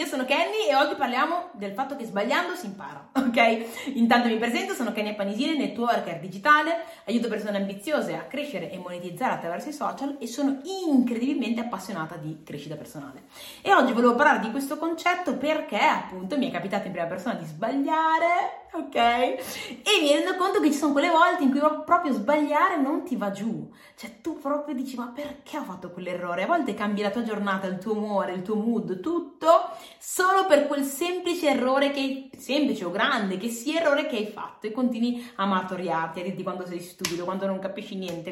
io sono Kenny e oggi parliamo del fatto che sbagliando si impara, ok? Intanto mi presento, sono Kenny Appanisile, networker digitale, aiuto persone ambiziose a crescere e monetizzare attraverso i social e sono incredibilmente appassionata di crescita personale. E oggi volevo parlare di questo concetto perché appunto mi è capitato in prima persona di sbagliare, ok? E mi rendo conto che ci sono quelle volte in cui proprio sbagliare non ti va giù, cioè tu proprio dici ma perché ho fatto quell'errore? A volte cambi la tua giornata, il tuo umore, il tuo mood, tutto solo per quel semplice errore semplice o grande che sia errore che hai fatto e continui a martoriarti, a dirti quanto sei stupido, quanto non capisci niente,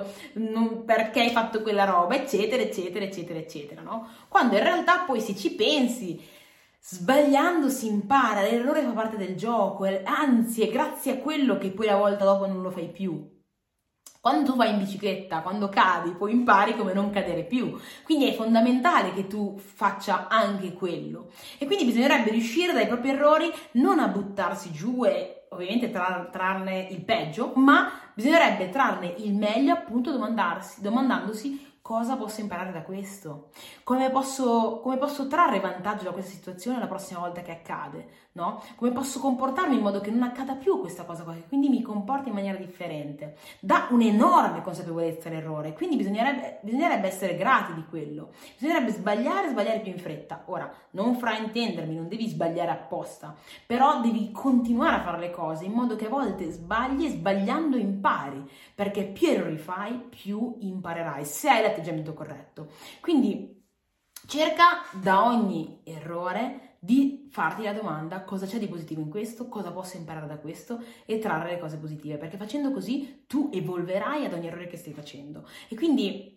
perché hai fatto quella roba, eccetera, eccetera, eccetera, eccetera, no? Quando in realtà poi se ci pensi, sbagliando si impara, l'errore fa parte del gioco, anzi è grazie a quello che poi la volta dopo non lo fai più. Quando tu vai in bicicletta, quando cadi, poi impari come non cadere più. Quindi è fondamentale che tu faccia anche quello. E quindi bisognerebbe riuscire dai propri errori non a buttarsi giù e ovviamente trarne il peggio, ma bisognerebbe trarne il meglio appunto domandandosi cosa posso imparare da questo? Come posso trarre vantaggio da questa situazione la prossima volta che accade, no? Come posso comportarmi in modo che non accada più questa cosa qua, che quindi mi comporti in maniera differente? Dà un'enorme consapevolezza all'errore, quindi bisognerebbe essere grati di quello. Bisognerebbe sbagliare più in fretta. Ora, non fraintendermi, non devi sbagliare apposta, però devi continuare a fare le cose in modo che a volte sbagli e sbagliando impari, perché più errori fai, più imparerai, se hai l'atteggiamento corretto. Quindi cerca da ogni errore di farti la domanda cosa c'è di positivo in questo, cosa posso imparare da questo e trarre le cose positive, perché facendo così tu evolverai ad ogni errore che stai facendo. E quindi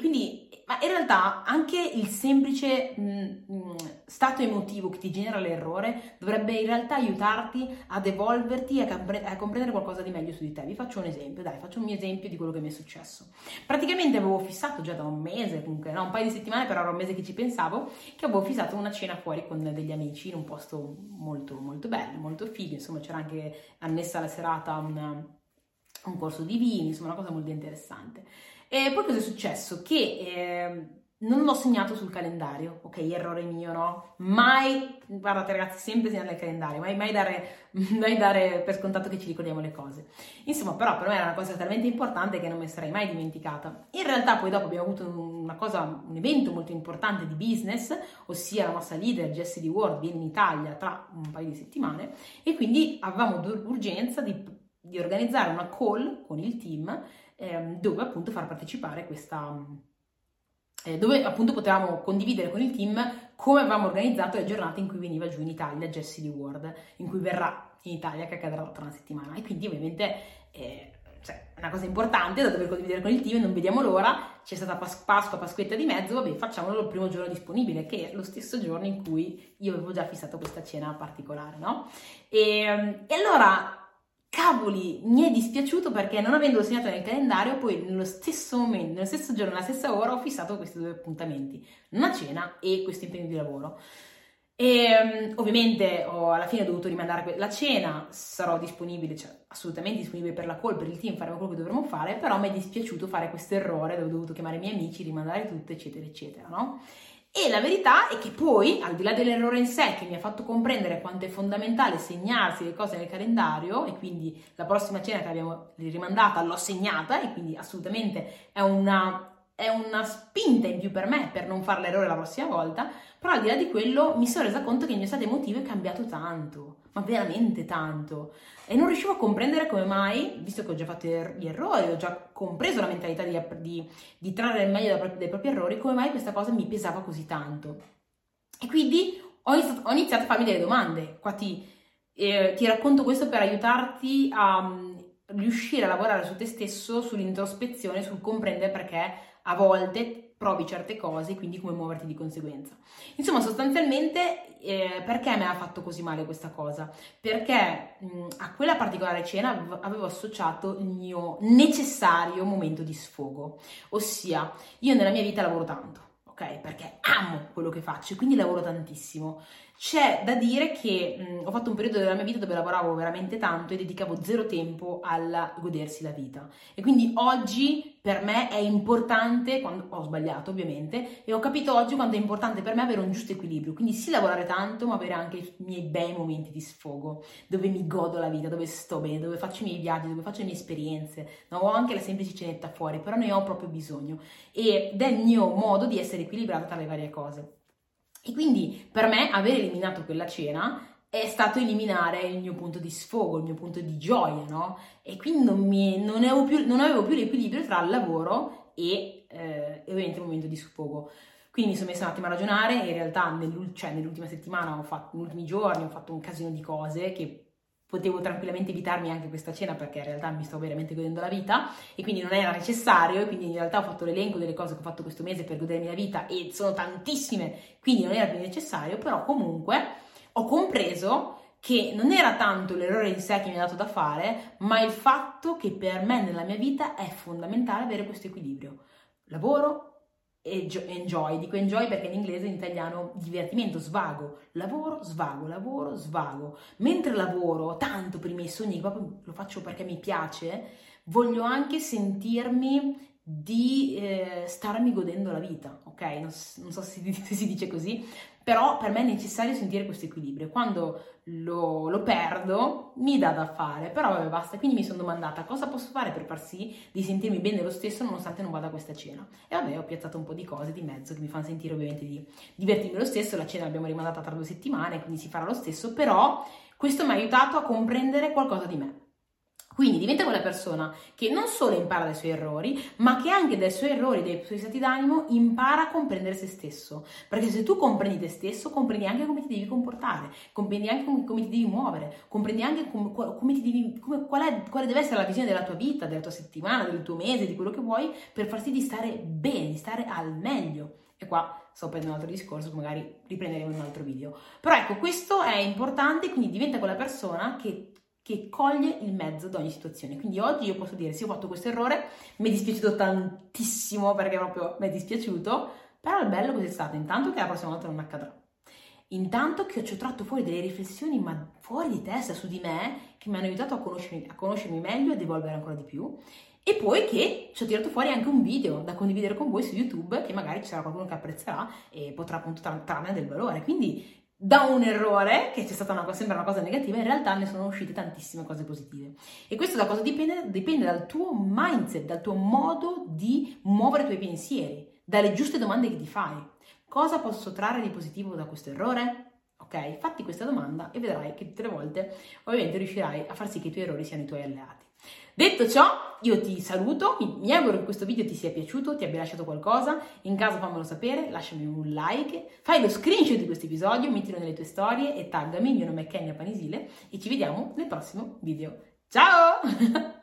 ma in realtà anche il semplice stato emotivo che ti genera l'errore dovrebbe in realtà aiutarti ad evolverti e a comprendere qualcosa di meglio su di te. Vi faccio un esempio, faccio un mio esempio di quello che mi è successo. Praticamente avevo fissato già da un mese, comunque no, un paio di settimane, però era un mese che ci pensavo, che avevo fissato una cena fuori con degli amici in un posto molto molto bello, molto figo, insomma c'era anche annessa alla serata un corso di vini, insomma una cosa molto interessante. E poi cosa è successo? Che non l'ho segnato sul calendario, ok, errore mio, no? Mai, guardate ragazzi, sempre segnare il calendario, mai dare per scontato che ci ricordiamo le cose. Insomma, però per me era una cosa talmente importante che non mi sarei mai dimenticata. In realtà poi dopo abbiamo avuto un evento molto importante di business, ossia la nostra leader Jessie Ward viene in Italia tra un paio di settimane e quindi avevamo l'urgenza di organizzare una call con il team dove appunto far partecipare dove appunto potevamo condividere con il team come avevamo organizzato le giornate in cui veniva giù in Italia Jessie Ward, in cui verrà in Italia, che accadrà tra una settimana. E quindi ovviamente è una cosa importante da dover condividere con il team, non vediamo l'ora, c'è stata Pasquetta di mezzo, vabbè, facciamolo il primo giorno disponibile, che è lo stesso giorno in cui io avevo già fissato questa cena particolare, no? E allora cavoli, mi è dispiaciuto perché non avendolo segnato nel calendario, poi nello stesso momento, nello stesso giorno, nella stessa ora ho fissato questi due appuntamenti, una cena e questo impegno di lavoro. E ovviamente alla fine ho dovuto rimandare la cena, sarò disponibile, cioè assolutamente disponibile per la call, per il team, faremo quello che dovremo fare, però mi è dispiaciuto fare questo errore dove ho dovuto chiamare i miei amici, rimandare tutto, eccetera, eccetera, no? E la verità è che poi, al di là dell'errore in sé che mi ha fatto comprendere quanto è fondamentale segnarsi le cose nel calendario, e quindi la prossima cena che abbiamo rimandata l'ho segnata, e quindi assolutamente è una spinta in più per me per non fare l'errore la prossima volta, però al di là di quello mi sono resa conto che il mio stato emotivo è cambiato tanto, ma veramente tanto, e non riuscivo a comprendere come mai, visto che ho già fatto gli errori, ho già compreso la mentalità di trarre il meglio dai propri errori, come mai questa cosa mi pesava così tanto. E quindi ho iniziato a farmi delle domande. Qua ti racconto questo per aiutarti a riuscire a lavorare su te stesso, sull'introspezione, sul comprendere perché a volte provi certe cose, quindi come muoverti di conseguenza. Insomma, sostanzialmente, perché mi ha fatto così male questa cosa? Perché a quella particolare cena avevo associato il mio necessario momento di sfogo, ossia io nella mia vita lavoro tanto, ok? Perché amo quello che faccio e quindi lavoro tantissimo. C'è da dire che ho fatto un periodo della mia vita dove lavoravo veramente tanto e dedicavo zero tempo al godersi la vita. E quindi oggi per me è importante, quando ho sbagliato ovviamente, e ho capito oggi quanto è importante per me avere un giusto equilibrio, quindi sì lavorare tanto, ma avere anche i miei bei momenti di sfogo, dove mi godo la vita, dove sto bene, dove faccio i miei viaggi, dove faccio le mie esperienze, no, ho anche la semplice cenetta fuori, però ne ho proprio bisogno, ed è il mio modo di essere equilibrata tra le varie cose. E quindi per me aver eliminato quella cena è stato eliminare il mio punto di sfogo, il mio punto di gioia, no? E quindi non avevo più l'equilibrio tra il lavoro e ovviamente il momento di sfogo. Quindi mi sono messa un attimo a ragionare e in realtà nell'ultima settimana, negli ultimi giorni ho fatto un casino di cose che potevo tranquillamente evitarmi anche questa cena perché in realtà mi sto veramente godendo la vita e quindi non era necessario, e quindi in realtà ho fatto l'elenco delle cose che ho fatto questo mese per godermi la vita e sono tantissime, quindi non era più necessario, però comunque ho compreso che non era tanto l'errore in sé che mi ha dato da fare, ma il fatto che per me nella mia vita è fondamentale avere questo equilibrio. Lavoro e enjoy, dico enjoy perché in inglese, in italiano divertimento, svago, lavoro, svago. Mentre lavoro tanto per i miei sogni, proprio lo faccio perché mi piace, voglio anche sentirmi di starmi godendo la vita, ok? Non so se si dice così, però per me è necessario sentire questo equilibrio. Quando lo perdo mi dà da fare, però vabbè basta. Quindi mi sono domandata cosa posso fare per far sì di sentirmi bene lo stesso nonostante non vada a questa cena, e vabbè ho piazzato un po' di cose di mezzo che mi fanno sentire ovviamente di divertirmi lo stesso. La cena l'abbiamo rimandata tra 2 settimane, quindi si farà lo stesso, però questo mi ha aiutato a comprendere qualcosa di me. Quindi diventa quella persona che non solo impara dai suoi errori, ma che anche dai suoi errori, dai suoi stati d'animo, impara a comprendere se stesso. Perché se tu comprendi te stesso, comprendi anche come ti devi comportare, comprendi anche come ti devi muovere, comprendi anche quale deve essere la visione della tua vita, della tua settimana, del tuo mese, di quello che vuoi, per far sì di stare bene, di stare al meglio. E qua sto prendendo un altro discorso, magari riprenderemo in un altro video. Però ecco, questo è importante, quindi diventa quella persona che coglie il mezzo da ogni situazione. Quindi oggi io posso dire, sì, ho fatto questo errore, mi è dispiaciuto tantissimo perché proprio mi è dispiaciuto, però il bello cos'è stato? Intanto che la prossima volta non accadrà. Intanto che ci ho tratto fuori delle riflessioni, ma fuori di testa, su di me, che mi hanno aiutato a conoscermi meglio ed evolvere ancora di più. E poi che ci ho tirato fuori anche un video da condividere con voi su YouTube, che magari ci sarà qualcuno che apprezzerà e potrà appunto trarne del valore. Quindi da un errore, che c'è stata sembra una cosa negativa, in realtà ne sono uscite tantissime cose positive. E questo da cosa dipende? Dipende dal tuo mindset, dal tuo modo di muovere i tuoi pensieri, dalle giuste domande che ti fai. Cosa posso trarre di positivo da questo errore? Ok, fatti questa domanda e vedrai che tutte le volte ovviamente riuscirai a far sì che i tuoi errori siano i tuoi alleati. Detto ciò, io ti saluto, mi auguro che questo video ti sia piaciuto, ti abbia lasciato qualcosa. In caso fammelo sapere, lasciami un like, fai lo screenshot di questo episodio, mettilo nelle tue storie e taggami, il mio nome è Kenya Panisile e ci vediamo nel prossimo video. Ciao!